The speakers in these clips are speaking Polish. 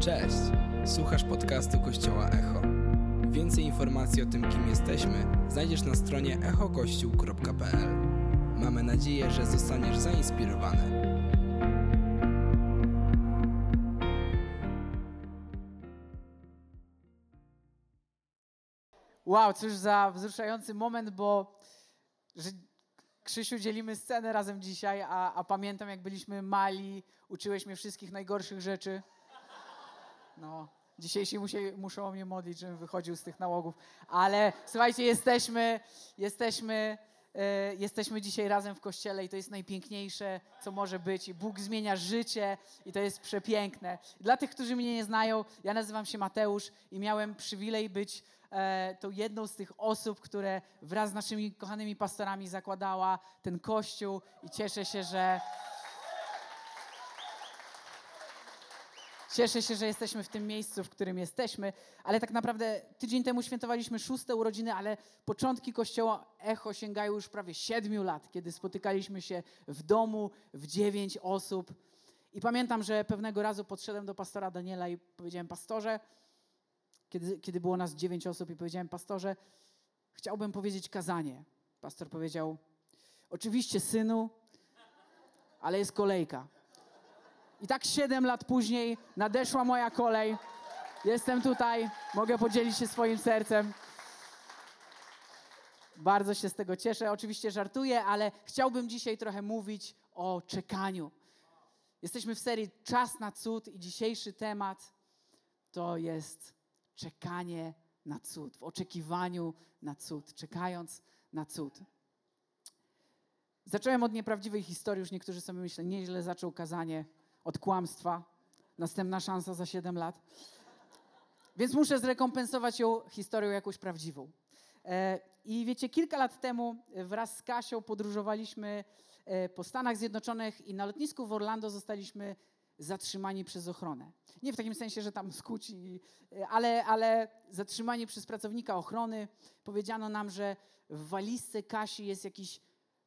Cześć! Słuchasz podcastu Kościoła Echo. Więcej informacji o tym, kim jesteśmy, znajdziesz na stronie echokościół.pl. Mamy nadzieję, że zostaniesz zainspirowany. Wow, cóż za wzruszający moment, bo Krzysiu, dzielimy scenę razem dzisiaj, a pamiętam, jak byliśmy mali, uczyłeś mnie wszystkich najgorszych rzeczy. No, dzisiejsi muszą o mnie modlić, żebym wychodził z tych nałogów. Ale słuchajcie, jesteśmy dzisiaj razem w kościele i to jest najpiękniejsze, co może być. I Bóg zmienia życie i to jest przepiękne. Dla tych, którzy mnie nie znają, ja nazywam się Mateusz i miałem przywilej być tą jedną z tych osób, które wraz z naszymi kochanymi pastorami zakładała ten kościół i cieszę się, że jesteśmy w tym miejscu, w którym jesteśmy, ale tak naprawdę tydzień temu świętowaliśmy 6. urodziny, ale początki Kościoła Echo sięgają już prawie 7 lat, kiedy spotykaliśmy się w domu w 9 osób. I pamiętam, że pewnego razu podszedłem do pastora Daniela i powiedziałem: pastorze, kiedy było nas 9 osób, i powiedziałem: pastorze, chciałbym powiedzieć kazanie. Pastor powiedział: oczywiście, synu, ale jest kolejka. I tak 7 lat później nadeszła moja kolej. Jestem tutaj, mogę podzielić się swoim sercem. Bardzo się z tego cieszę. Oczywiście żartuję, ale chciałbym dzisiaj trochę mówić o czekaniu. Jesteśmy w serii Czas na cud i dzisiejszy temat to jest czekanie na cud, w oczekiwaniu na cud, czekając na cud. Zacząłem od nieprawdziwej historii, już niektórzy sobie myślą, nieźle zaczął kazanie od kłamstwa. Następna szansa za 7 lat. Więc muszę zrekompensować ją historią jakąś prawdziwą. I wiecie, kilka lat temu wraz z Kasią podróżowaliśmy po Stanach Zjednoczonych i na lotnisku w Orlando zostaliśmy zatrzymani przez ochronę. Nie w takim sensie, że tam skuci, ale zatrzymani przez pracownika ochrony. Powiedziano nam, że w walizce Kasi jest jakiś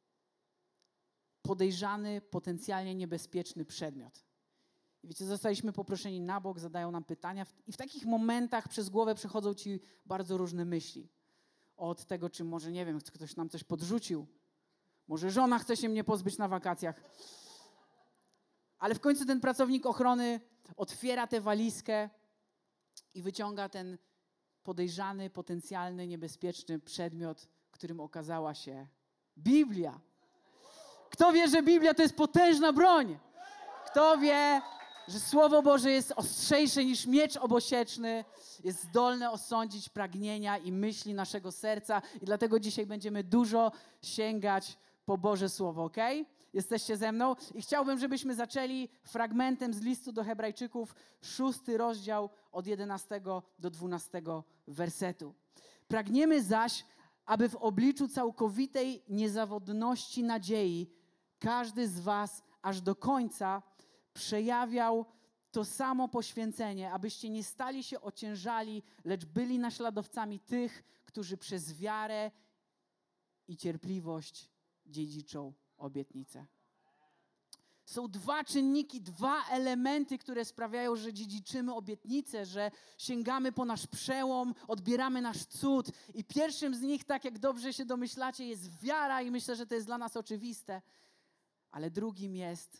podejrzany, potencjalnie niebezpieczny przedmiot. I wiecie, zostaliśmy poproszeni na bok, zadają nam pytania i w takich momentach przez głowę przechodzą ci bardzo różne myśli. Od tego, czy może, nie wiem, ktoś nam coś podrzucił. Może żona chce się mnie pozbyć na wakacjach. Ale w końcu ten pracownik ochrony otwiera tę walizkę i wyciąga ten podejrzany, potencjalny, niebezpieczny przedmiot, którym okazała się Biblia. Kto wie, że Biblia to jest potężna broń? Kto wie, że Słowo Boże jest ostrzejsze niż miecz obosieczny, jest zdolne osądzić pragnienia i myśli naszego serca i dlatego dzisiaj będziemy dużo sięgać po Boże Słowo, okej? Jesteście ze mną? I chciałbym, żebyśmy zaczęli fragmentem z listu do Hebrajczyków, 6 rozdział od 11 do 12 wersetu. Pragniemy zaś, aby w obliczu całkowitej niezawodności nadziei każdy z was aż do końca przejawiał to samo poświęcenie, abyście nie stali się ociężali, lecz byli naśladowcami tych, którzy przez wiarę i cierpliwość dziedziczą obietnicę. Są 2 czynniki, 2 elementy, które sprawiają, że dziedziczymy obietnicę, że sięgamy po nasz przełom, odbieramy nasz cud. I pierwszym z nich, tak jak dobrze się domyślacie, jest wiara i myślę, że to jest dla nas oczywiste. Ale drugim jest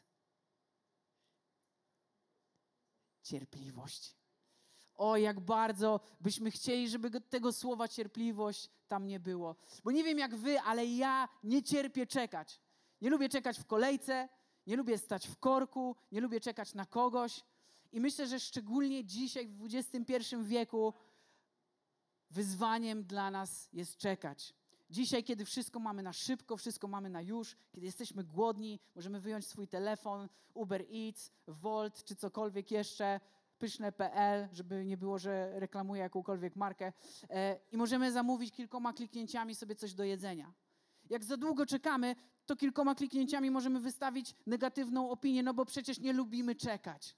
cierpliwość. O, jak bardzo byśmy chcieli, żeby tego słowa cierpliwość tam nie było. Bo nie wiem jak wy, ale ja nie cierpię czekać. Nie lubię czekać w kolejce, nie lubię stać w korku, nie lubię czekać na kogoś. I myślę, że szczególnie dzisiaj w XXI wieku wyzwaniem dla nas jest czekać. Dzisiaj, kiedy wszystko mamy na szybko, wszystko mamy na już, kiedy jesteśmy głodni, możemy wyjąć swój telefon, Uber Eats, Wolt czy cokolwiek jeszcze, pyszne.pl, żeby nie było, że reklamuję jakąkolwiek markę, i możemy zamówić kilkoma kliknięciami sobie coś do jedzenia. Jak za długo czekamy, to kilkoma kliknięciami możemy wystawić negatywną opinię, no bo przecież nie lubimy czekać.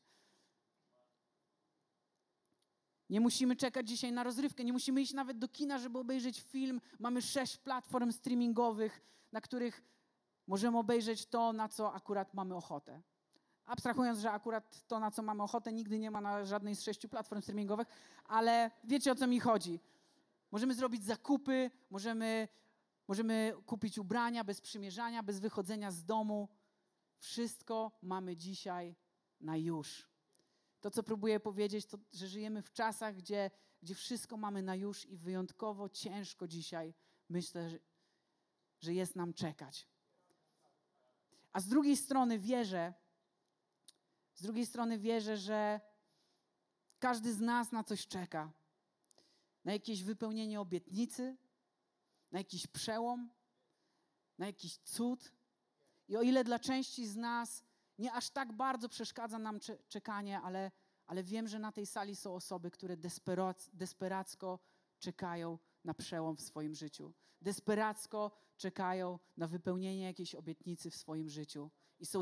Nie musimy czekać dzisiaj na rozrywkę, nie musimy iść nawet do kina, żeby obejrzeć film. Mamy 6 platform streamingowych, na których możemy obejrzeć to, na co akurat mamy ochotę. Abstrahując, że akurat to, na co mamy ochotę, nigdy nie ma na żadnej z 6 platform streamingowych, ale wiecie, o co mi chodzi. Możemy zrobić zakupy, możemy kupić ubrania bez przymierzania, bez wychodzenia z domu. Wszystko mamy dzisiaj na już. To, co próbuję powiedzieć, to, że żyjemy w czasach, gdzie wszystko mamy na już i wyjątkowo ciężko dzisiaj, myślę, że jest nam czekać. A z drugiej strony wierzę, że każdy z nas na coś czeka. Na jakieś wypełnienie obietnicy, na jakiś przełom, na jakiś cud. I o ile dla części z nas nie aż tak bardzo przeszkadza nam czekanie, ale wiem, że na tej sali są osoby, które desperacko czekają na przełom w swoim życiu. Desperacko czekają na wypełnienie jakiejś obietnicy w swoim życiu i są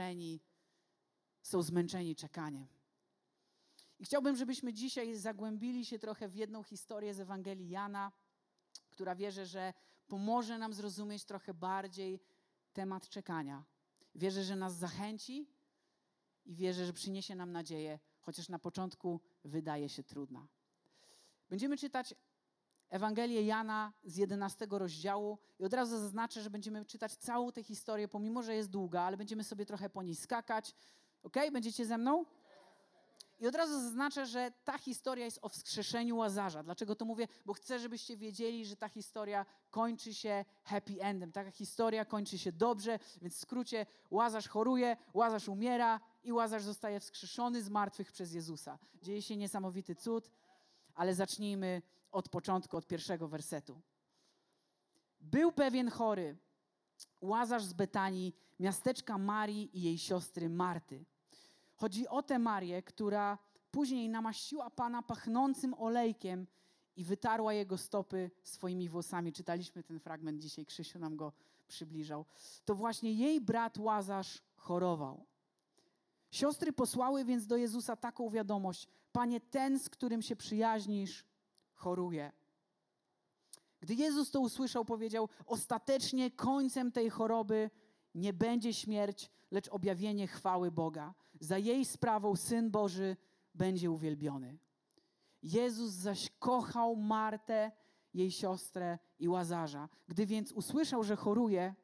zmęczeni czekaniem. I chciałbym, żebyśmy dzisiaj zagłębili się trochę w jedną historię z Ewangelii Jana, która wierzę, że pomoże nam zrozumieć trochę bardziej temat czekania. Wierzę, że nas zachęci i wierzę, że przyniesie nam nadzieję, chociaż na początku wydaje się trudna. Będziemy czytać Ewangelię Jana z 11 rozdziału i od razu zaznaczę, że będziemy czytać całą tę historię, pomimo że jest długa, ale będziemy sobie trochę po niej skakać. Okej? Będziecie ze mną? I od razu zaznaczę, że ta historia jest o wskrzeszeniu Łazarza. Dlaczego to mówię? Bo chcę, żebyście wiedzieli, że ta historia kończy się happy endem. Taka historia kończy się dobrze, więc w skrócie Łazarz choruje, Łazarz umiera i Łazarz zostaje wskrzeszony z martwych przez Jezusa. Dzieje się niesamowity cud, ale zacznijmy od początku, od pierwszego wersetu. Był pewien chory, Łazarz z Betanii, miasteczka Marii i jej siostry Marty. Chodzi o tę Marię, która później namaściła Pana pachnącym olejkiem i wytarła Jego stopy swoimi włosami. Czytaliśmy ten fragment dzisiaj, Krzysiu nam go przybliżał. To właśnie jej brat Łazarz chorował. Siostry posłały więc do Jezusa taką wiadomość: Panie, ten, z którym się przyjaźnisz, choruje. Gdy Jezus to usłyszał, powiedział: ostatecznie końcem tej choroby nie będzie śmierć, lecz objawienie chwały Boga. Za jej sprawą Syn Boży będzie uwielbiony. Jezus zaś kochał Martę, jej siostrę i Łazarza. Gdy więc usłyszał, że choruje,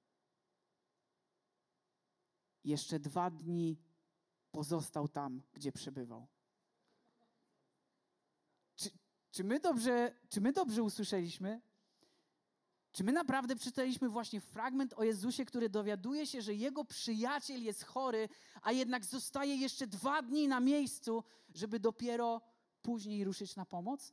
jeszcze 2 dni pozostał tam, gdzie przebywał. Czy my dobrze usłyszeliśmy? Czy my naprawdę przeczytaliśmy właśnie fragment o Jezusie, który dowiaduje się, że jego przyjaciel jest chory, a jednak zostaje jeszcze 2 dni na miejscu, żeby dopiero później ruszyć na pomoc?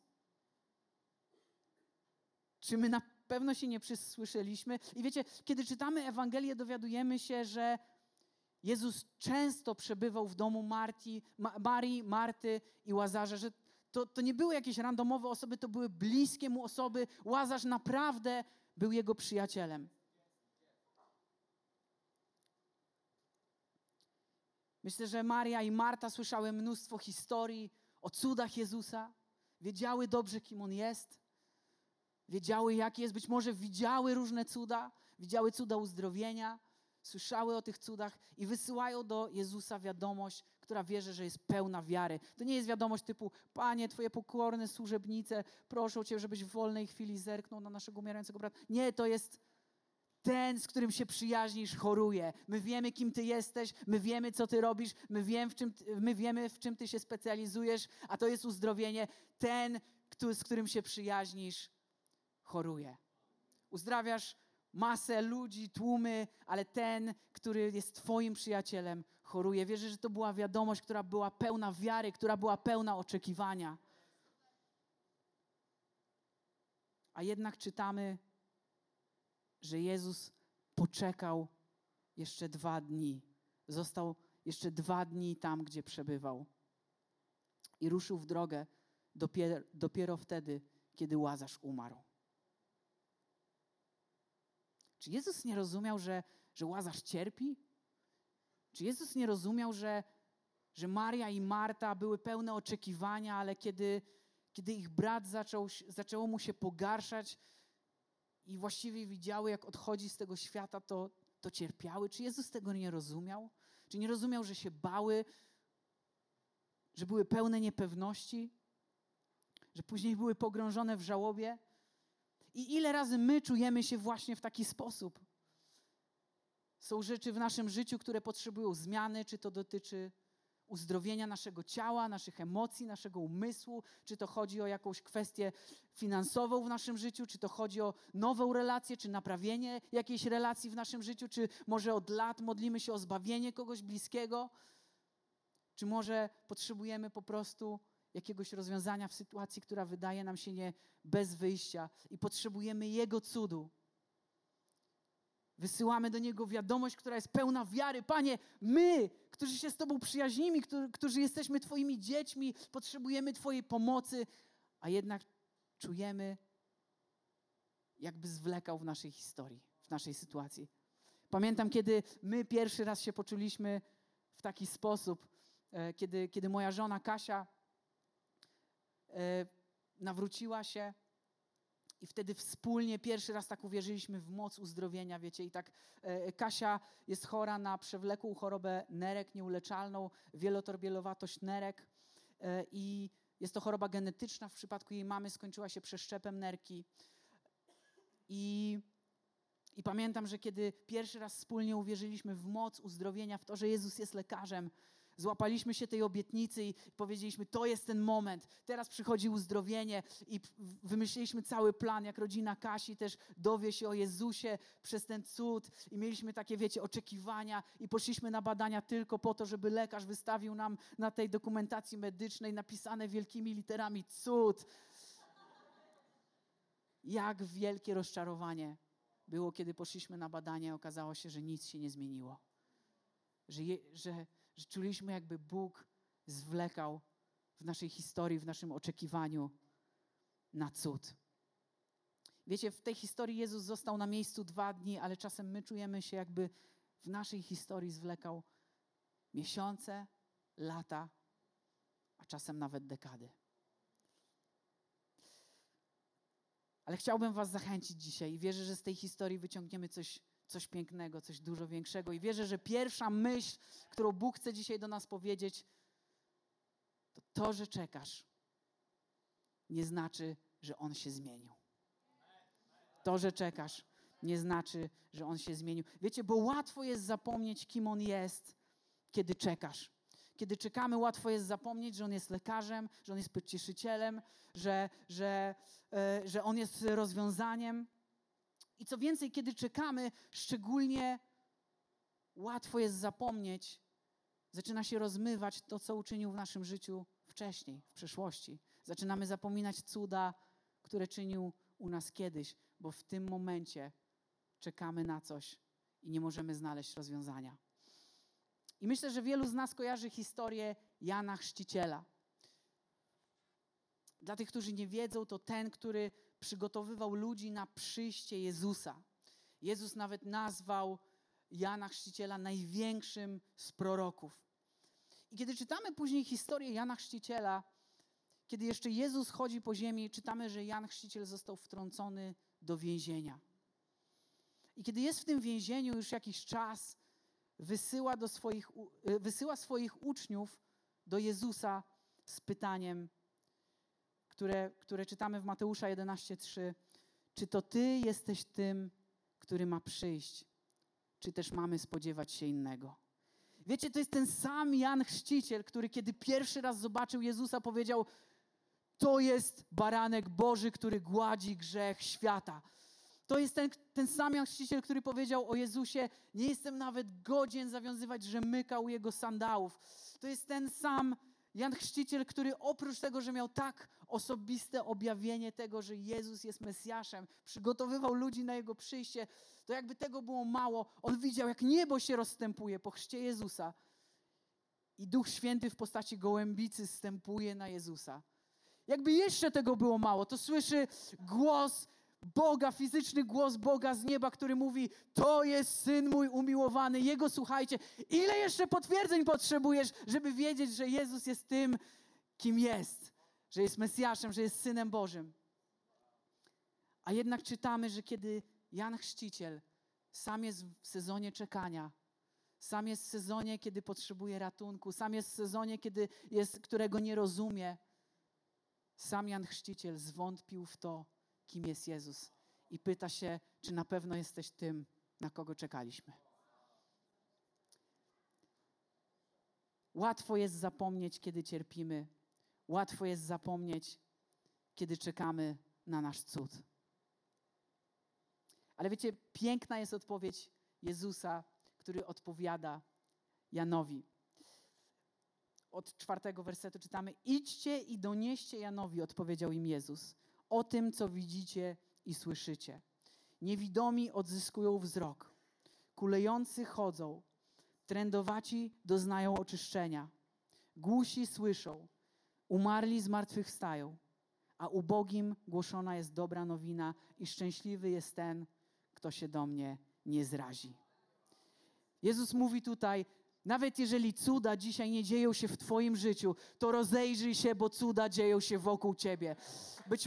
Czy my na pewno się nie przysłyszeliśmy? I wiecie, kiedy czytamy Ewangelię, dowiadujemy się, że Jezus często przebywał w domu Marii, Marty i Łazarza, że to nie były jakieś randomowe osoby, to były bliskie mu osoby. Łazarz naprawdę był jego przyjacielem. Myślę, że Maria i Marta słyszały mnóstwo historii o cudach Jezusa. Wiedziały dobrze, kim On jest. Wiedziały, jaki jest. Być może widziały różne cuda. Widziały cuda uzdrowienia. Słyszały o tych cudach i wysyłają do Jezusa wiadomość, która wierzę, że jest pełna wiary. To nie jest wiadomość typu: Panie, Twoje pokorne służebnice proszą Cię, żebyś w wolnej chwili zerknął na naszego umierającego brata. Nie, to jest ten, z którym się przyjaźnisz, choruje. My wiemy, kim Ty jesteś, my wiemy, co Ty robisz, my wiemy, w czym Ty się specjalizujesz, a to jest uzdrowienie. Ten, z którym się przyjaźnisz, choruje. Uzdrawiasz masę ludzi, tłumy, ale ten, który jest Twoim przyjacielem, choruje. Wierzę, że to była wiadomość, która była pełna wiary, która była pełna oczekiwania. A jednak czytamy, że Jezus poczekał jeszcze 2 dni. Został jeszcze 2 dni tam, gdzie przebywał. I ruszył w drogę dopiero wtedy, kiedy Łazarz umarł. Czy Jezus nie rozumiał, że Łazarz cierpi? Czy Jezus nie rozumiał, że Maria i Marta były pełne oczekiwania, ale kiedy ich brat zaczęło mu się pogarszać i właściwie widziały, jak odchodzi z tego świata, to cierpiały? Czy Jezus tego nie rozumiał? Czy nie rozumiał, że się bały, że były pełne niepewności, że później były pogrążone w żałobie? I ile razy my czujemy się właśnie w taki sposób? Są rzeczy w naszym życiu, które potrzebują zmiany, czy to dotyczy uzdrowienia naszego ciała, naszych emocji, naszego umysłu, czy to chodzi o jakąś kwestię finansową w naszym życiu, czy to chodzi o nową relację, czy naprawienie jakiejś relacji w naszym życiu, czy może od lat modlimy się o zbawienie kogoś bliskiego, czy może potrzebujemy po prostu jakiegoś rozwiązania w sytuacji, która wydaje nam się nie bez wyjścia i potrzebujemy Jego cudu. Wysyłamy do Niego wiadomość, która jest pełna wiary. Panie, my, którzy się z Tobą przyjaźnimy, którzy jesteśmy Twoimi dziećmi, potrzebujemy Twojej pomocy, a jednak czujemy, jakby zwlekał w naszej historii, w naszej sytuacji. Pamiętam, kiedy my pierwszy raz się poczuliśmy w taki sposób, kiedy moja żona Kasia nawróciła się i wtedy wspólnie pierwszy raz tak uwierzyliśmy w moc uzdrowienia, wiecie. I tak Kasia jest chora na przewlekłą chorobę nerek, nieuleczalną, wielotorbielowatość nerek i jest to choroba genetyczna. W przypadku jej mamy skończyła się przeszczepem nerki. I pamiętam, że kiedy pierwszy raz wspólnie uwierzyliśmy w moc uzdrowienia, w to, że Jezus jest lekarzem, złapaliśmy się tej obietnicy i powiedzieliśmy, to jest ten moment, teraz przychodzi uzdrowienie i wymyśliliśmy cały plan, jak rodzina Kasi też dowie się o Jezusie przez ten cud i mieliśmy takie, wiecie, oczekiwania i poszliśmy na badania tylko po to, żeby lekarz wystawił nam na tej dokumentacji medycznej napisane wielkimi literami cud. Jak wielkie rozczarowanie było, kiedy poszliśmy na badania i okazało się, że nic się nie zmieniło. Że czuliśmy, jakby Bóg zwlekał w naszej historii, w naszym oczekiwaniu na cud. Wiecie, w tej historii Jezus został na miejscu 2 dni, ale czasem my czujemy się, jakby w naszej historii zwlekał miesiące, lata, a czasem nawet dekady. Ale chciałbym was zachęcić dzisiaj i wierzę, że z tej historii wyciągniemy coś pięknego, coś dużo większego. I wierzę, że pierwsza myśl, którą Bóg chce dzisiaj do nas powiedzieć, to, że czekasz, nie znaczy, że On się zmienił. To, że czekasz, nie znaczy, że On się zmienił. Wiecie, bo łatwo jest zapomnieć, kim On jest, kiedy czekasz. Kiedy czekamy, łatwo jest zapomnieć, że On jest lekarzem, że On jest pocieszycielem, że On jest rozwiązaniem. I co więcej, kiedy czekamy, szczególnie łatwo jest zapomnieć, zaczyna się rozmywać to, co uczynił w naszym życiu wcześniej, w przeszłości. Zaczynamy zapominać cuda, które czynił u nas kiedyś, bo w tym momencie czekamy na coś i nie możemy znaleźć rozwiązania. I myślę, że wielu z nas kojarzy historię Jana Chrzciciela. Dla tych, którzy nie wiedzą, to ten, który przygotowywał ludzi na przyjście Jezusa. Jezus nawet nazwał Jana Chrzciciela największym z proroków. I kiedy czytamy później historię Jana Chrzciciela, kiedy jeszcze Jezus chodzi po ziemi, czytamy, że Jan Chrzciciel został wtrącony do więzienia. I kiedy jest w tym więzieniu już jakiś czas, wysyła swoich uczniów do Jezusa z pytaniem, które czytamy w Mateusza 11:3. Czy to Ty jesteś tym, który ma przyjść? Czy też mamy spodziewać się innego? Wiecie, to jest ten sam Jan Chrzciciel, który kiedy pierwszy raz zobaczył Jezusa, powiedział, to jest baranek Boży, który gładzi grzech świata. To jest ten sam Jan Chrzciciel, który powiedział o Jezusie, nie jestem nawet godzien zawiązywać rzemyka u Jego sandałów. To jest ten sam Jan Chrzciciel, który oprócz tego, że miał tak osobiste objawienie tego, że Jezus jest Mesjaszem, przygotowywał ludzi na Jego przyjście, to jakby tego było mało. On widział, jak niebo się rozstępuje po chrzcie Jezusa i Duch Święty w postaci gołębicy zstępuje na Jezusa. Jakby jeszcze tego było mało, to słyszy głos Boga, fizyczny głos Boga z nieba, który mówi, to jest Syn mój umiłowany, Jego słuchajcie. Ile jeszcze potwierdzeń potrzebujesz, żeby wiedzieć, że Jezus jest tym, kim jest, że jest Mesjaszem, że jest Synem Bożym. A jednak czytamy, że kiedy Jan Chrzciciel sam jest w sezonie czekania, Sam jest w sezonie, kiedy potrzebuje ratunku. Sam jest w sezonie, którego nie rozumie. Sam Jan Chrzciciel zwątpił w to, kim jest Jezus. I pyta się, czy na pewno jesteś tym, na kogo czekaliśmy. Łatwo jest zapomnieć, kiedy cierpimy. Łatwo jest zapomnieć, kiedy czekamy na nasz cud. Ale wiecie, piękna jest odpowiedź Jezusa, który odpowiada Janowi. Od 4 wersetu czytamy: idźcie i donieście Janowi, odpowiedział im Jezus, o tym, co widzicie i słyszycie. Niewidomi odzyskują wzrok, kulejący chodzą, trędowaci doznają oczyszczenia, głusi słyszą, umarli zmartwychwstają, a ubogim głoszona jest dobra nowina i szczęśliwy jest ten, kto się do mnie nie zrazi. Jezus mówi tutaj, nawet jeżeli cuda dzisiaj nie dzieją się w twoim życiu, to rozejrzyj się, bo cuda dzieją się wokół ciebie. Być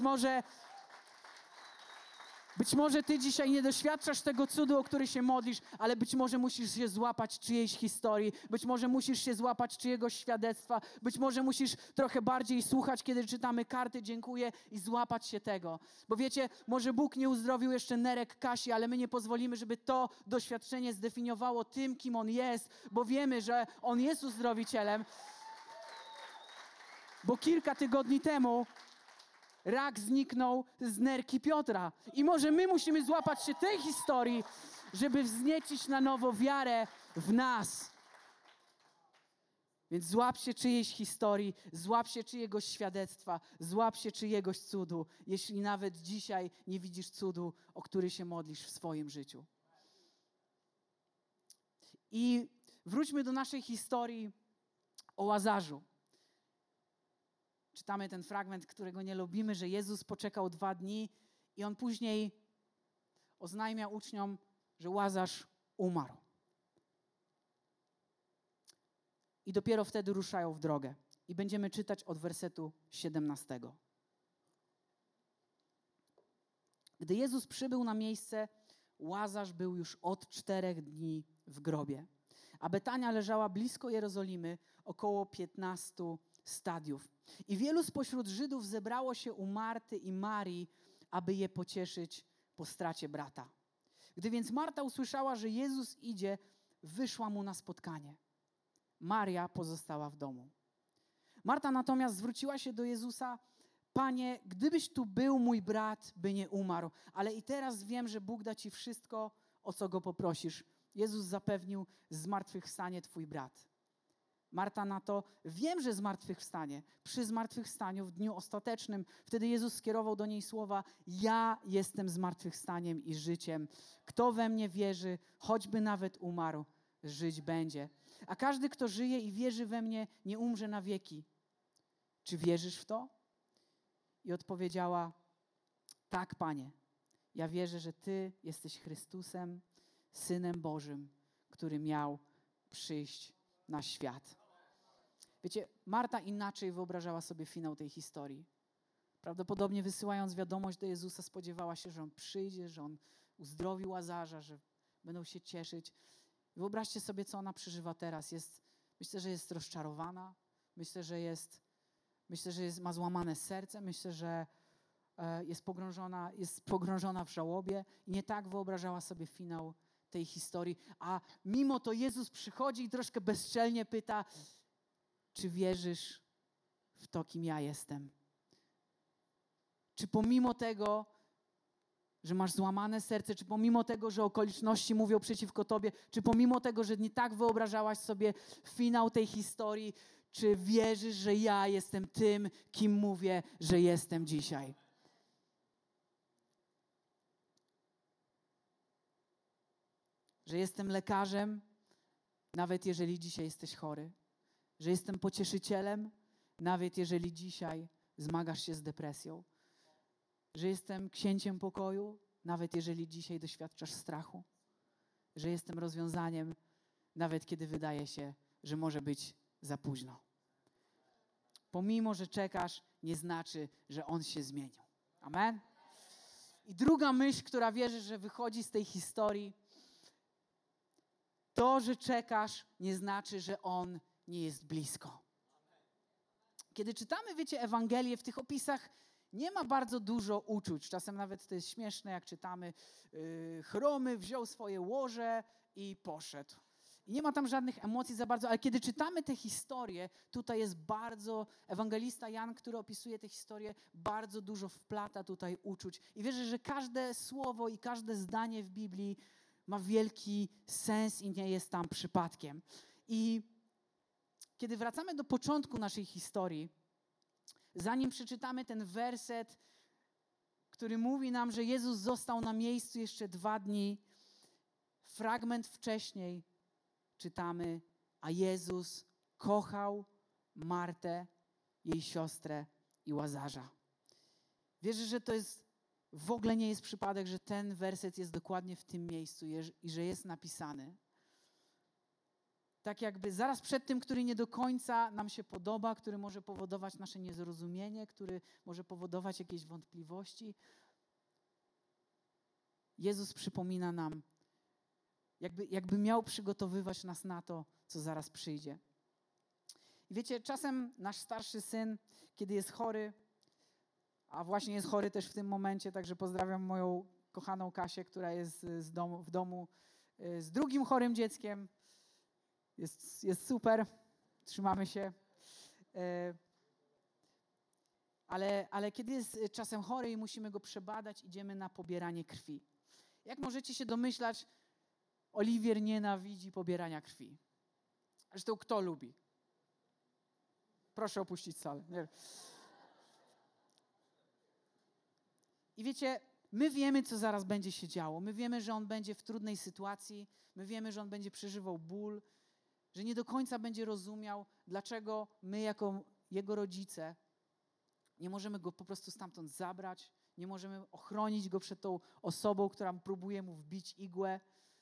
może ty dzisiaj nie doświadczasz tego cudu, o który się modlisz, ale być może musisz się złapać czyjejś historii, być może musisz się złapać czyjegoś świadectwa, być może musisz trochę bardziej słuchać, kiedy czytamy karty dziękuję i złapać się tego. Bo wiecie, może Bóg nie uzdrowił jeszcze nerek Kasi, ale my nie pozwolimy, żeby to doświadczenie zdefiniowało tym, kim On jest, bo wiemy, że On jest uzdrowicielem. Bo kilka tygodni temu rak zniknął z nerki Piotra. I może my musimy złapać się tej historii, żeby wzniecić na nowo wiarę w nas. Więc złap się czyjejś historii, złap się czyjegoś świadectwa, złap się czyjegoś cudu, jeśli nawet dzisiaj nie widzisz cudu, o który się modlisz w swoim życiu. I wróćmy do naszej historii o Łazarzu. Czytamy ten fragment, którego nie lubimy, że Jezus poczekał 2 dni i On później oznajmia uczniom, że Łazarz umarł. I dopiero wtedy ruszają w drogę. I będziemy czytać od wersetu 17. Gdy Jezus przybył na miejsce, Łazarz był już od 4 dni w grobie. A Betania leżała blisko Jerozolimy, około 15 stadiów. I wielu spośród Żydów zebrało się u Marty i Marii, aby je pocieszyć po stracie brata. Gdy więc Marta usłyszała, że Jezus idzie, wyszła mu na spotkanie. Maria pozostała w domu. Marta natomiast zwróciła się do Jezusa: Panie, gdybyś tu był, mój brat by nie umarł, ale i teraz wiem, że Bóg da ci wszystko, o co go poprosisz. Jezus zapewnił: zmartwychwstanie twój brat. Marta na to: wiem, że zmartwychwstanie. Przy zmartwychwstaniu w dniu ostatecznym. Wtedy Jezus skierował do niej słowa: ja jestem zmartwychwstaniem i życiem. Kto we mnie wierzy, choćby nawet umarł, żyć będzie. A każdy, kto żyje i wierzy we mnie, nie umrze na wieki. Czy wierzysz w to? I odpowiedziała: tak, Panie. Ja wierzę, że Ty jesteś Chrystusem, Synem Bożym, który miał przyjść na świat. Wiecie, Marta inaczej wyobrażała sobie finał tej historii. Prawdopodobnie wysyłając wiadomość do Jezusa, spodziewała się, że On przyjdzie, że On uzdrowi Łazarza, że będą się cieszyć. Wyobraźcie sobie, co ona przeżywa teraz. Myślę, że jest rozczarowana. Myślę, że ma złamane serce. Myślę, że jest pogrążona w żałobie. I nie tak wyobrażała sobie finał tej historii. A mimo to Jezus przychodzi i troszkę bezczelnie pyta: czy wierzysz w to, kim ja jestem? Czy pomimo tego, że masz złamane serce, czy pomimo tego, że okoliczności mówią przeciwko tobie, czy pomimo tego, że nie tak wyobrażałaś sobie finał tej historii, czy wierzysz, że ja jestem tym, kim mówię, że jestem dzisiaj? Że jestem lekarzem, nawet jeżeli dzisiaj jesteś chory. Że jestem pocieszycielem, nawet jeżeli dzisiaj zmagasz się z depresją. Że jestem księciem pokoju, nawet jeżeli dzisiaj doświadczasz strachu. Że jestem rozwiązaniem, nawet kiedy wydaje się, że może być za późno. Pomimo, że czekasz, nie znaczy, że On się zmienił. Amen? I druga myśl, która wierzę, że wychodzi z tej historii, To, że czekasz, nie znaczy, że On nie jest blisko. Kiedy czytamy, wiecie, Ewangelię, w tych opisach nie ma bardzo dużo uczuć. Czasem nawet to jest śmieszne, jak czytamy, chromy wziął swoje łoże i poszedł. I nie ma tam żadnych emocji za bardzo, ale kiedy czytamy tę historię, tutaj jest bardzo, ewangelista Jan, który opisuje tę historię, bardzo dużo wplata tutaj uczuć. I wierzę, że każde słowo i każde zdanie w Biblii ma wielki sens i nie jest tam przypadkiem. I kiedy wracamy do początku naszej historii, zanim przeczytamy ten werset, który mówi nam, że Jezus został na miejscu jeszcze 2 dni, fragment wcześniej czytamy, a Jezus kochał Martę, jej siostrę i Łazarza. Wierzę, że to jest, w ogóle nie jest przypadek, że ten werset jest dokładnie w tym miejscu i że jest napisany. Tak jakby zaraz przed tym, który nie do końca nam się podoba, który może powodować nasze niezrozumienie, który może powodować jakieś wątpliwości. Jezus przypomina nam, jakby miał przygotowywać nas na to, co zaraz przyjdzie. I wiecie, czasem nasz starszy syn, kiedy jest chory, a właśnie jest chory też w tym momencie, także pozdrawiam moją kochaną Kasię, która jest w domu z drugim chorym dzieckiem. Jest super, trzymamy się. Ale kiedy jest czasem chory i musimy go przebadać, idziemy na pobieranie krwi. Jak możecie się domyślać, Oliwier nienawidzi pobierania krwi. Zresztą kto lubi? Proszę opuścić salę. Nie. I wiecie, my wiemy, co zaraz będzie się działo. My wiemy, że on będzie w trudnej sytuacji. My wiemy, że on będzie przeżywał ból, że nie do końca będzie rozumiał, dlaczego my jako jego rodzice nie możemy go po prostu stamtąd zabrać, nie możemy ochronić go przed tą osobą, która próbuje mu wbić igłę.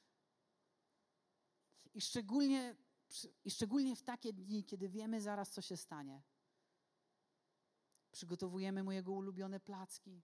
I szczególnie w takie dni, kiedy wiemy zaraz, co się stanie. Przygotowujemy mu jego ulubione placki.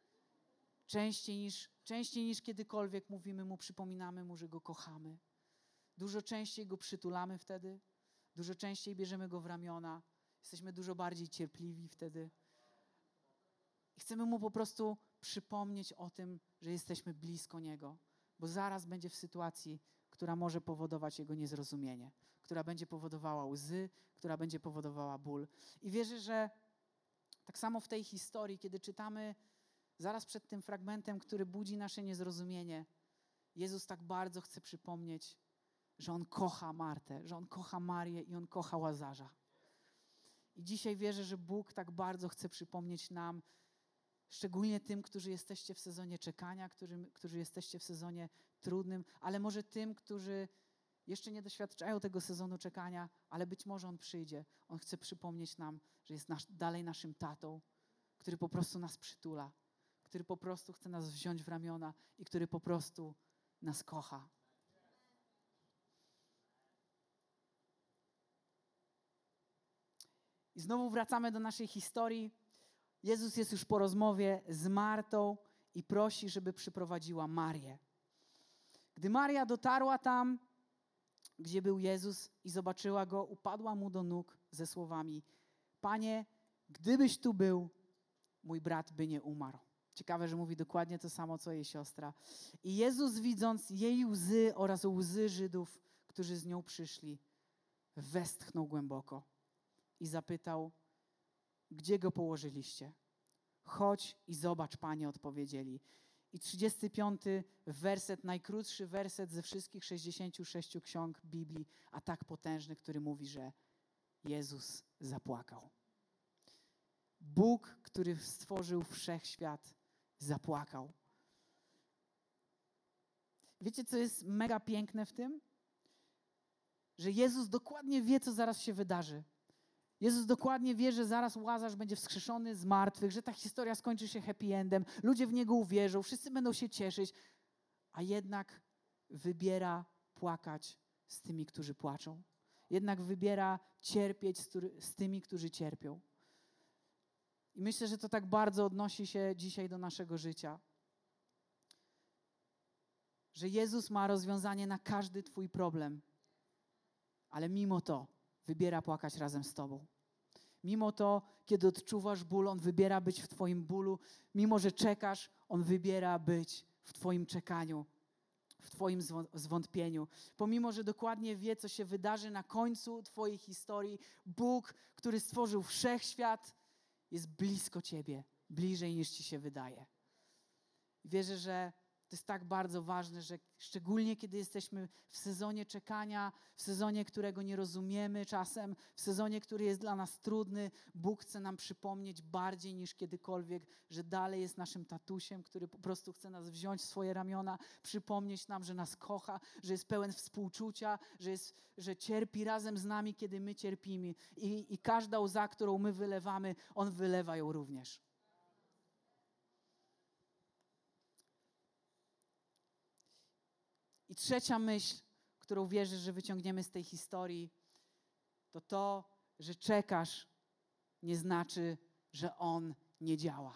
Częściej niż kiedykolwiek mówimy mu, przypominamy mu, że go kochamy. Dużo częściej go przytulamy wtedy. Dużo częściej bierzemy go w ramiona. Jesteśmy dużo bardziej cierpliwi wtedy. I chcemy mu po prostu przypomnieć o tym, że jesteśmy blisko niego. Bo zaraz będzie w sytuacji, która może powodować jego niezrozumienie. Która będzie powodowała łzy, która będzie powodowała ból. I wierzę, że tak samo w tej historii, kiedy czytamy zaraz przed tym fragmentem, który budzi nasze niezrozumienie, Jezus tak bardzo chce przypomnieć, że On kocha Martę, że On kocha Marię i On kocha Łazarza. I dzisiaj wierzę, że Bóg tak bardzo chce przypomnieć nam, szczególnie tym, którzy jesteście w sezonie czekania, którzy jesteście w sezonie trudnym, ale może tym, którzy jeszcze nie doświadczają tego sezonu czekania, ale być może on przyjdzie. On chce przypomnieć nam, że jest dalej naszym tatą, który po prostu nas przytula, który po prostu chce nas wziąć w ramiona i który po prostu nas kocha. I znowu wracamy do naszej historii. Jezus jest już po rozmowie z Martą i prosi, żeby przyprowadziła Marię. Gdy Maria dotarła tam, gdzie był Jezus i zobaczyła Go, upadła Mu do nóg ze słowami: Panie, gdybyś tu był, mój brat by nie umarł. Ciekawe, że mówi dokładnie to samo, co jej siostra. I Jezus, widząc jej łzy oraz łzy Żydów, którzy z nią przyszli, westchnął głęboko i zapytał: gdzie Go położyliście? Chodź i zobacz, Panie, odpowiedzieli. I 35 werset, najkrótszy werset ze wszystkich 66 ksiąg Biblii, a tak potężny, który mówi, że Jezus zapłakał. Bóg, który stworzył wszechświat, zapłakał. Wiecie, co jest mega piękne w tym? Że Jezus dokładnie wie, co zaraz się wydarzy. Jezus dokładnie wie, że zaraz Łazarz będzie wskrzeszony z martwych, że ta historia skończy się happy endem, ludzie w Niego uwierzą, wszyscy będą się cieszyć, a jednak wybiera płakać z tymi, którzy płaczą. Jednak wybiera cierpieć z tymi, którzy cierpią. I myślę, że to tak bardzo odnosi się dzisiaj do naszego życia. że Jezus ma rozwiązanie na każdy twój problem, ale mimo to wybiera płakać razem z tobą. Mimo to, kiedy odczuwasz ból, On wybiera być w twoim bólu. Mimo, że czekasz, On wybiera być w twoim czekaniu, w twoim zwątpieniu. Pomimo, że dokładnie wie, co się wydarzy na końcu twojej historii, Bóg, który stworzył wszechświat, jest blisko ciebie, bliżej niż ci się wydaje. Wierzę, że to jest tak bardzo ważne, że szczególnie kiedy jesteśmy w sezonie czekania, w sezonie, którego nie rozumiemy czasem, w sezonie, który jest dla nas trudny, Bóg chce nam przypomnieć bardziej niż kiedykolwiek, że dalej jest naszym tatusiem, który po prostu chce nas wziąć w swoje ramiona, przypomnieć nam, że nas kocha, że jest pełen współczucia, że cierpi razem z nami, kiedy my cierpimy. I każda łza, którą my wylewamy, On wylewa ją również. I trzecia myśl, którą wierzę, że wyciągniemy z tej historii, to to, że czekasz, nie znaczy, że On nie działa.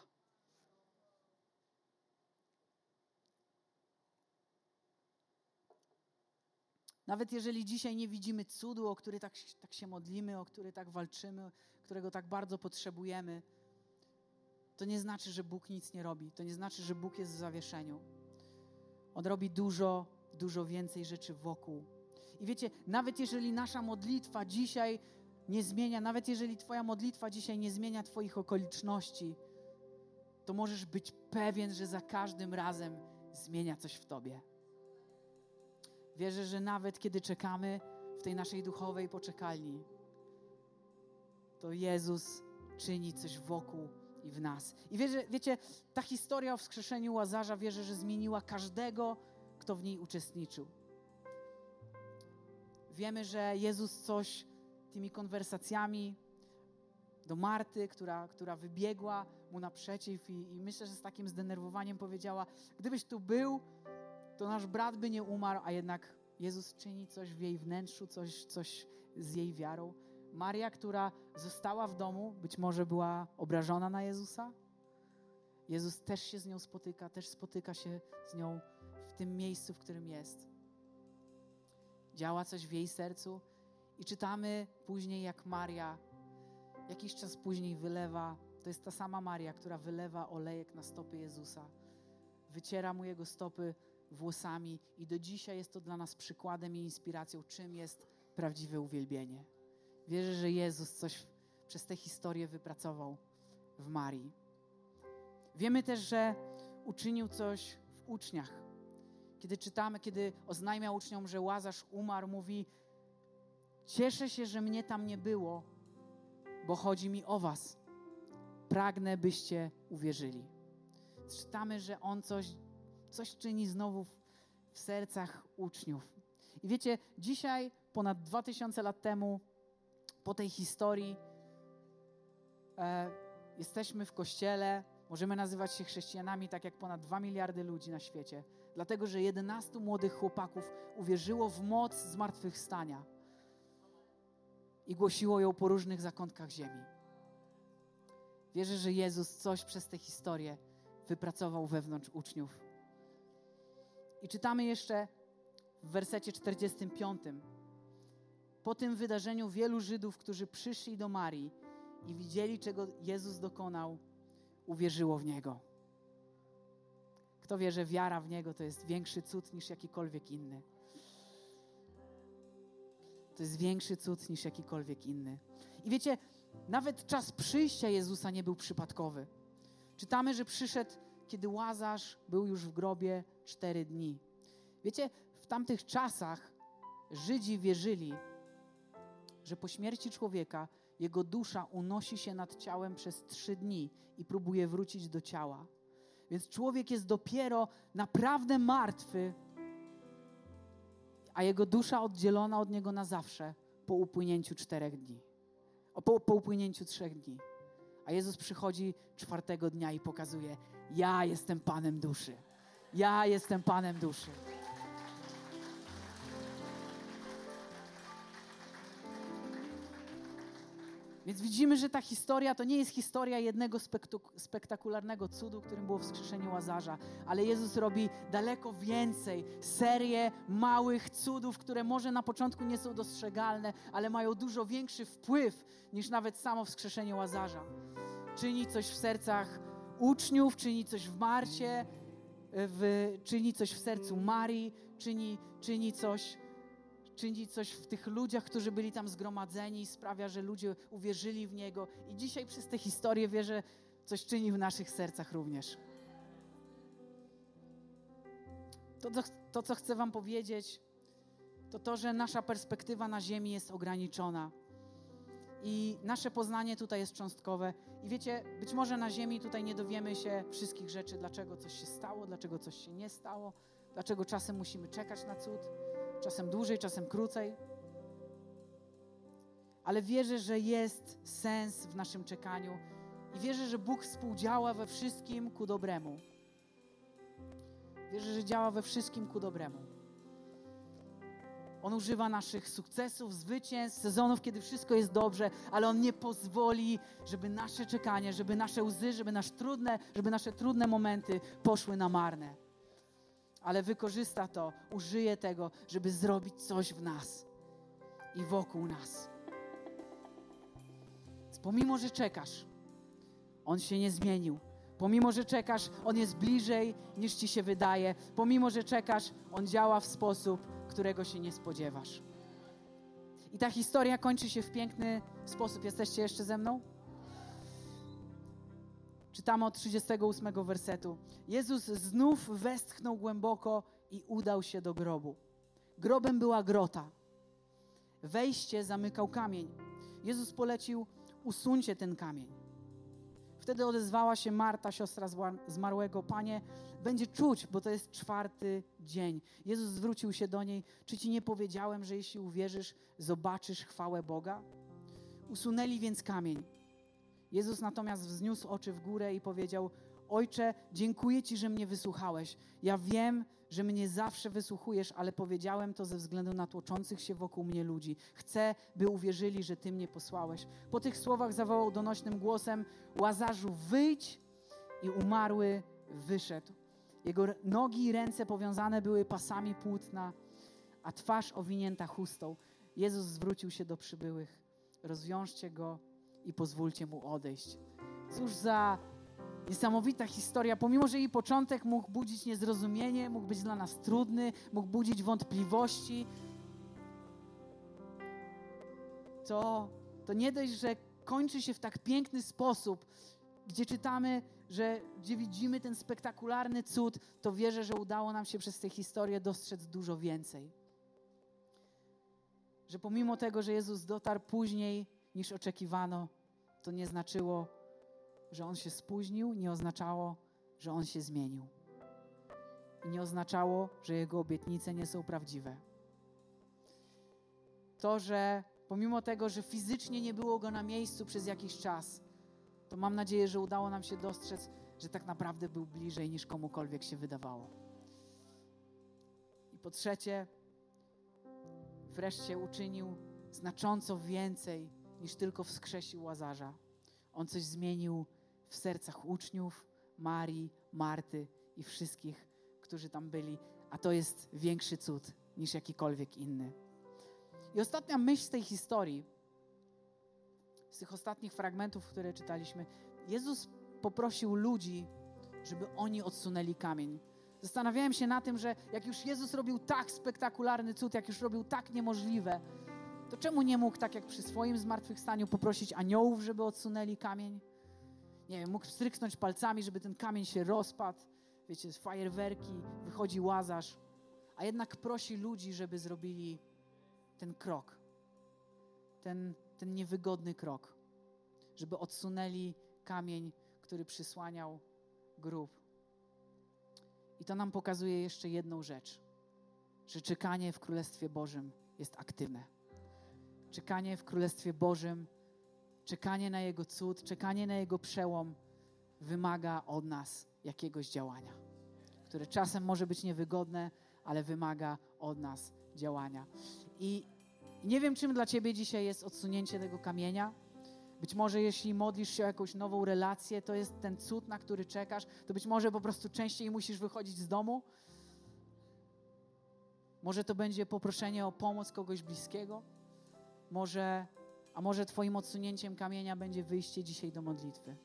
Nawet jeżeli dzisiaj nie widzimy cudu, o który tak się modlimy, o który tak walczymy, którego tak bardzo potrzebujemy, to nie znaczy, że Bóg nic nie robi. To nie znaczy, że Bóg jest w zawieszeniu. On robi dużo więcej rzeczy wokół. I wiecie, nawet jeżeli nasza modlitwa dzisiaj nie zmienia, nawet jeżeli twoja modlitwa dzisiaj nie zmienia twoich okoliczności, to możesz być pewien, że za każdym razem zmienia coś w tobie. Wierzę, że nawet kiedy czekamy w tej naszej duchowej poczekalni, to Jezus czyni coś wokół i w nas. I wiecie, ta historia o wskrzeszeniu Łazarza, wierzę, że zmieniła każdego, kto w niej uczestniczył. Wiemy, że Jezus coś tymi konwersacjami do Marty, która wybiegła mu naprzeciw i myślę, że z takim zdenerwowaniem powiedziała: gdybyś tu był, to nasz brat by nie umarł, a jednak Jezus czyni coś w jej wnętrzu, coś z jej wiarą. Maria, która została w domu, być może była obrażona na Jezusa. Jezus też się z nią spotyka, też spotyka się z nią w tym miejscu, w którym jest. Działa coś w jej sercu i czytamy później, jak Maria jakiś czas później wylewa, to jest ta sama Maria, która wylewa olejek na stopy Jezusa. Wyciera mu jego stopy włosami i do dzisiaj jest to dla nas przykładem i inspiracją, czym jest prawdziwe uwielbienie. Wierzę, że Jezus coś przez tę historię wypracował w Marii. Wiemy też, że uczynił coś w uczniach. Kiedy czytamy, kiedy oznajmia uczniom, że Łazarz umarł, mówi: cieszę się, że mnie tam nie było, bo chodzi mi o was. Pragnę, byście uwierzyli. Czytamy, że On coś czyni znowu w sercach uczniów. I wiecie, dzisiaj, ponad 2000 lat temu, po tej historii, jesteśmy w Kościele, możemy nazywać się chrześcijanami, tak jak ponad 2 miliardy ludzi na świecie, dlatego, że 11 młodych chłopaków uwierzyło w moc zmartwychwstania i głosiło ją po różnych zakątkach ziemi. Wierzę, że Jezus coś przez tę historię wypracował wewnątrz uczniów. I czytamy jeszcze w wersecie 45. Po tym wydarzeniu wielu Żydów, którzy przyszli do Marii i widzieli, czego Jezus dokonał, uwierzyło w Niego. Kto wie, że wiara w Niego to jest większy cud niż jakikolwiek inny. To jest większy cud niż jakikolwiek inny. I wiecie, nawet czas przyjścia Jezusa nie był przypadkowy. Czytamy, że przyszedł, kiedy Łazarz był już w grobie 4 dni. Wiecie, w tamtych czasach Żydzi wierzyli, że po śmierci człowieka jego dusza unosi się nad ciałem przez 3 dni i próbuje wrócić do ciała. Więc człowiek jest dopiero naprawdę martwy, a jego dusza oddzielona od niego na zawsze po upłynięciu 4 dni. Po upłynięciu 3 dni. A Jezus przychodzi 4 dnia i pokazuje: ja jestem Panem duszy. Ja jestem Panem duszy. Więc widzimy, że ta historia to nie jest historia jednego spektakularnego cudu, którym było wskrzeszenie Łazarza, ale Jezus robi daleko więcej, serię małych cudów, które może na początku nie są dostrzegalne, ale mają dużo większy wpływ niż nawet samo wskrzeszenie Łazarza. Czyni coś w sercach uczniów, czyni coś w Marcie, czyni coś w sercu Marii, czyni coś w tych ludziach, którzy byli tam zgromadzeni i sprawia, że ludzie uwierzyli w Niego. I dzisiaj przez tę historię wierzę, coś czyni w naszych sercach również. To, co chcę wam powiedzieć, to, że nasza perspektywa na ziemi jest ograniczona. I nasze poznanie tutaj jest cząstkowe. I wiecie, być może na ziemi tutaj nie dowiemy się wszystkich rzeczy, dlaczego coś się stało, dlaczego coś się nie stało, dlaczego czasem musimy czekać na cud, czasem dłużej, czasem krócej. Ale wierzę, że jest sens w naszym czekaniu i wierzę, że Bóg współdziała we wszystkim ku dobremu. Wierzę, że działa we wszystkim ku dobremu. On używa naszych sukcesów, zwycięstw, sezonów, kiedy wszystko jest dobrze, ale On nie pozwoli, żeby nasze czekanie, żeby nasze łzy, żeby nasze trudne momenty poszły na marne. Ale wykorzysta to, użyje tego, żeby zrobić coś w nas i wokół nas. Więc pomimo, że czekasz, On się nie zmienił. Pomimo, że czekasz, On jest bliżej niż ci się wydaje. Pomimo, że czekasz, On działa w sposób, którego się nie spodziewasz. I ta historia kończy się w piękny sposób. Jesteście jeszcze ze mną? Czytamy od 38 wersetu. Jezus znów westchnął głęboko i udał się do grobu. Grobem była grota. Wejście zamykał kamień. Jezus polecił, usuńcie ten kamień. Wtedy odezwała się Marta, siostra zmarłego. Panie, będzie czuć, bo to jest 4. dzień. Jezus zwrócił się do niej. Czy ci nie powiedziałem, że jeśli uwierzysz, zobaczysz chwałę Boga? Usunęli więc kamień. Jezus natomiast wzniósł oczy w górę i powiedział: Ojcze, dziękuję Ci, że mnie wysłuchałeś. Ja wiem, że mnie zawsze wysłuchujesz, ale powiedziałem to ze względu na tłoczących się wokół mnie ludzi. Chcę, by uwierzyli, że Ty mnie posłałeś. Po tych słowach zawołał donośnym głosem: Łazarzu, wyjdź! I umarły wyszedł. Jego nogi i ręce powiązane były pasami płótna, a twarz owinięta chustą. Jezus zwrócił się do przybyłych: rozwiążcie go i pozwólcie mu odejść. Cóż za niesamowita historia. Pomimo, że jej początek mógł budzić niezrozumienie, mógł być dla nas trudny, mógł budzić wątpliwości, to nie dość, że kończy się w tak piękny sposób, gdzie czytamy, gdzie widzimy ten spektakularny cud, to wierzę, że udało nam się przez tę historię dostrzec dużo więcej. Że pomimo tego, że Jezus dotarł później niż oczekiwano, to nie znaczyło, że On się spóźnił, nie oznaczało, że On się zmienił. I nie oznaczało, że Jego obietnice nie są prawdziwe. To, że pomimo tego, że fizycznie nie było Go na miejscu przez jakiś czas, to mam nadzieję, że udało nam się dostrzec, że tak naprawdę był bliżej niż komukolwiek się wydawało. I po trzecie, wreszcie uczynił znacząco więcej niż tylko wskrzesił Łazarza. On coś zmienił w sercach uczniów, Marii, Marty i wszystkich, którzy tam byli, a to jest większy cud niż jakikolwiek inny. I ostatnia myśl z tej historii, z tych ostatnich fragmentów, które czytaliśmy, Jezus poprosił ludzi, żeby oni odsunęli kamień. Zastanawiałem się na tym, że jak już Jezus robił tak spektakularny cud, jak już robił tak niemożliwe, to czemu nie mógł, tak jak przy swoim zmartwychwstaniu, poprosić aniołów, żeby odsunęli kamień? Nie wiem, mógł stryknąć palcami, żeby ten kamień się rozpadł. Wiecie, fajerwerki, wychodzi Łazarz. A jednak prosi ludzi, żeby zrobili ten krok. Ten niewygodny krok. Żeby odsunęli kamień, który przysłaniał grób. I to nam pokazuje jeszcze jedną rzecz. Że czekanie w Królestwie Bożym jest aktywne. Czekanie w Królestwie Bożym, czekanie na Jego cud, czekanie na Jego przełom wymaga od nas jakiegoś działania, które czasem może być niewygodne, ale wymaga od nas działania. I nie wiem, czym dla Ciebie dzisiaj jest odsunięcie tego kamienia. Być może jeśli modlisz się o jakąś nową relację, to jest ten cud, na który czekasz, to być może po prostu częściej musisz wychodzić z domu. Może to będzie poproszenie o pomoc kogoś bliskiego. A może twoim odsunięciem kamienia będzie wyjście dzisiaj do modlitwy.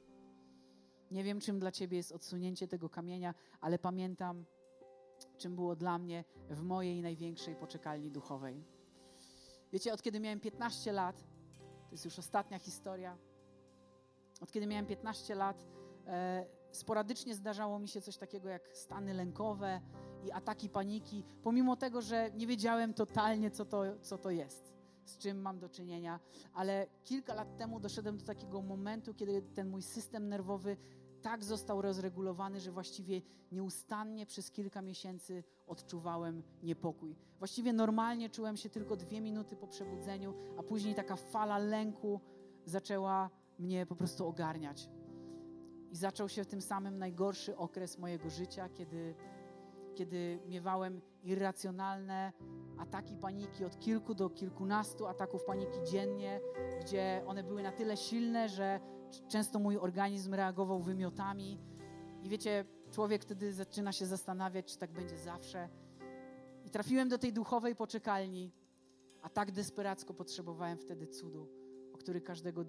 Nie wiem, czym dla ciebie jest odsunięcie tego kamienia, ale pamiętam, czym było dla mnie w mojej największej poczekalni duchowej. Wiecie, od kiedy miałem 15 lat, to jest już ostatnia historia, od kiedy miałem 15 lat, sporadycznie zdarzało mi się coś takiego jak stany lękowe i ataki paniki, pomimo tego, że nie wiedziałem totalnie, co to jest, z czym mam do czynienia, ale kilka lat temu doszedłem do takiego momentu, kiedy ten mój system nerwowy tak został rozregulowany, że właściwie nieustannie przez kilka miesięcy odczuwałem niepokój. Właściwie normalnie czułem się tylko 2 minuty po przebudzeniu, a później taka fala lęku zaczęła mnie po prostu ogarniać. I zaczął się tym samym najgorszy okres mojego życia, kiedy miewałem irracjonalne ataki paniki, od kilku do kilkunastu ataków paniki dziennie, gdzie one były na tyle silne, że często mój organizm reagował wymiotami. I wiecie, człowiek wtedy zaczyna się zastanawiać, czy tak będzie zawsze. I trafiłem do tej duchowej poczekalni, a tak desperacko potrzebowałem wtedy cudu, o który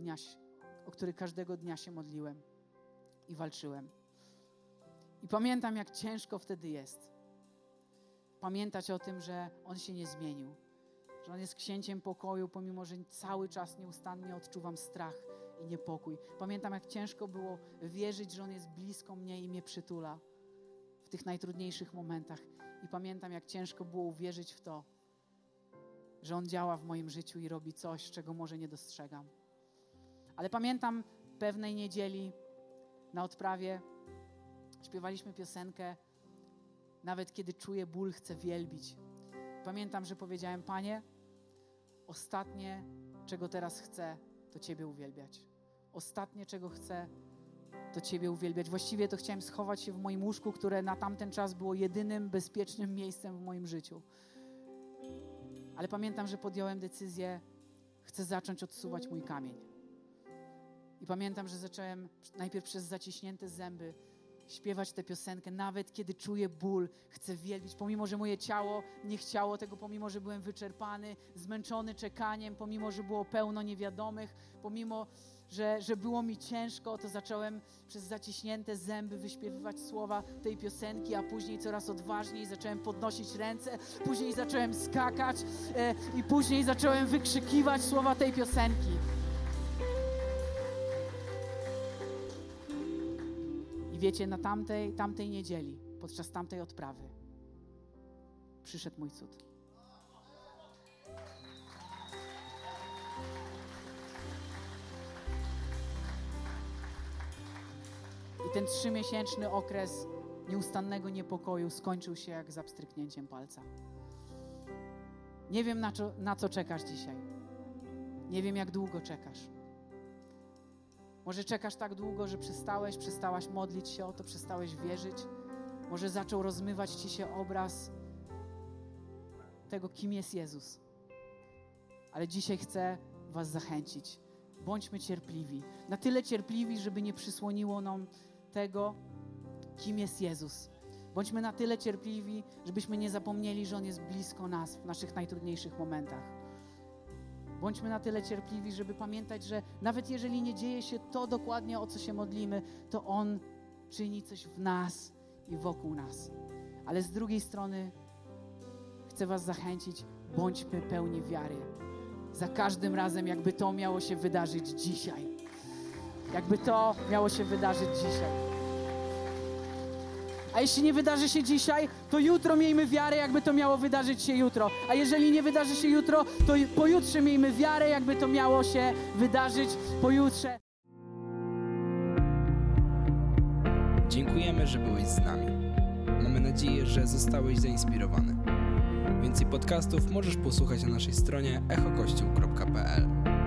każdego dnia się modliłem i walczyłem. I pamiętam, jak ciężko wtedy jest pamiętać o tym, że On się nie zmienił, że On jest księciem pokoju, pomimo że cały czas nieustannie odczuwam strach i niepokój. Pamiętam, jak ciężko było wierzyć, że On jest blisko mnie i mnie przytula w tych najtrudniejszych momentach. I pamiętam, jak ciężko było uwierzyć w to, że On działa w moim życiu i robi coś, czego może nie dostrzegam. Ale pamiętam pewnej niedzieli na odprawie śpiewaliśmy piosenkę Nawet kiedy czuję ból, chcę wielbić. Pamiętam, że powiedziałem: Panie, ostatnie, czego teraz chcę, to Ciebie uwielbiać. Ostatnie, czego chcę, to Ciebie uwielbiać. Właściwie to chciałem schować się w moim łóżku, które na tamten czas było jedynym bezpiecznym miejscem w moim życiu. Ale pamiętam, że podjąłem decyzję, chcę zacząć odsuwać mój kamień. I pamiętam, że zacząłem najpierw przez zaciśnięte zęby śpiewać tę piosenkę. Nawet kiedy czuję ból, chcę wielbić. Pomimo, że moje ciało nie chciało tego, pomimo, że byłem wyczerpany, zmęczony czekaniem, pomimo, że było pełno niewiadomych, pomimo, że było mi ciężko, to zacząłem przez zaciśnięte zęby wyśpiewywać słowa tej piosenki, a później coraz odważniej zacząłem podnosić ręce, później zacząłem skakać i później zacząłem wykrzykiwać słowa tej piosenki. I wiecie, na tamtej niedzieli, podczas tamtej odprawy, przyszedł mój cud. I ten 3-miesięczny okres nieustannego niepokoju skończył się jak za pstryknięciem palca. Nie wiem, na co czekasz dzisiaj. Nie wiem, jak długo czekasz. Może czekasz tak długo, że przestałaś modlić się o to, przestałeś wierzyć. Może zaczął rozmywać ci się obraz tego, kim jest Jezus. Ale dzisiaj chcę was zachęcić. Bądźmy cierpliwi. Na tyle cierpliwi, żeby nie przysłoniło nam tego, kim jest Jezus. Bądźmy na tyle cierpliwi, żebyśmy nie zapomnieli, że On jest blisko nas w naszych najtrudniejszych momentach. Bądźmy na tyle cierpliwi, żeby pamiętać, że nawet jeżeli nie dzieje się to dokładnie, o co się modlimy, to On czyni coś w nas i wokół nas. Ale z drugiej strony chcę was zachęcić, bądźmy pełni wiary. Za każdym razem, jakby to miało się wydarzyć dzisiaj. Jakby to miało się wydarzyć dzisiaj. A jeśli nie wydarzy się dzisiaj, to jutro miejmy wiarę, jakby to miało wydarzyć się jutro. A jeżeli nie wydarzy się jutro, to pojutrze miejmy wiarę, jakby to miało się wydarzyć pojutrze. Dziękujemy, że byłeś z nami. Mamy nadzieję, że zostałeś zainspirowany. Więcej podcastów możesz posłuchać na naszej stronie echokościół.pl.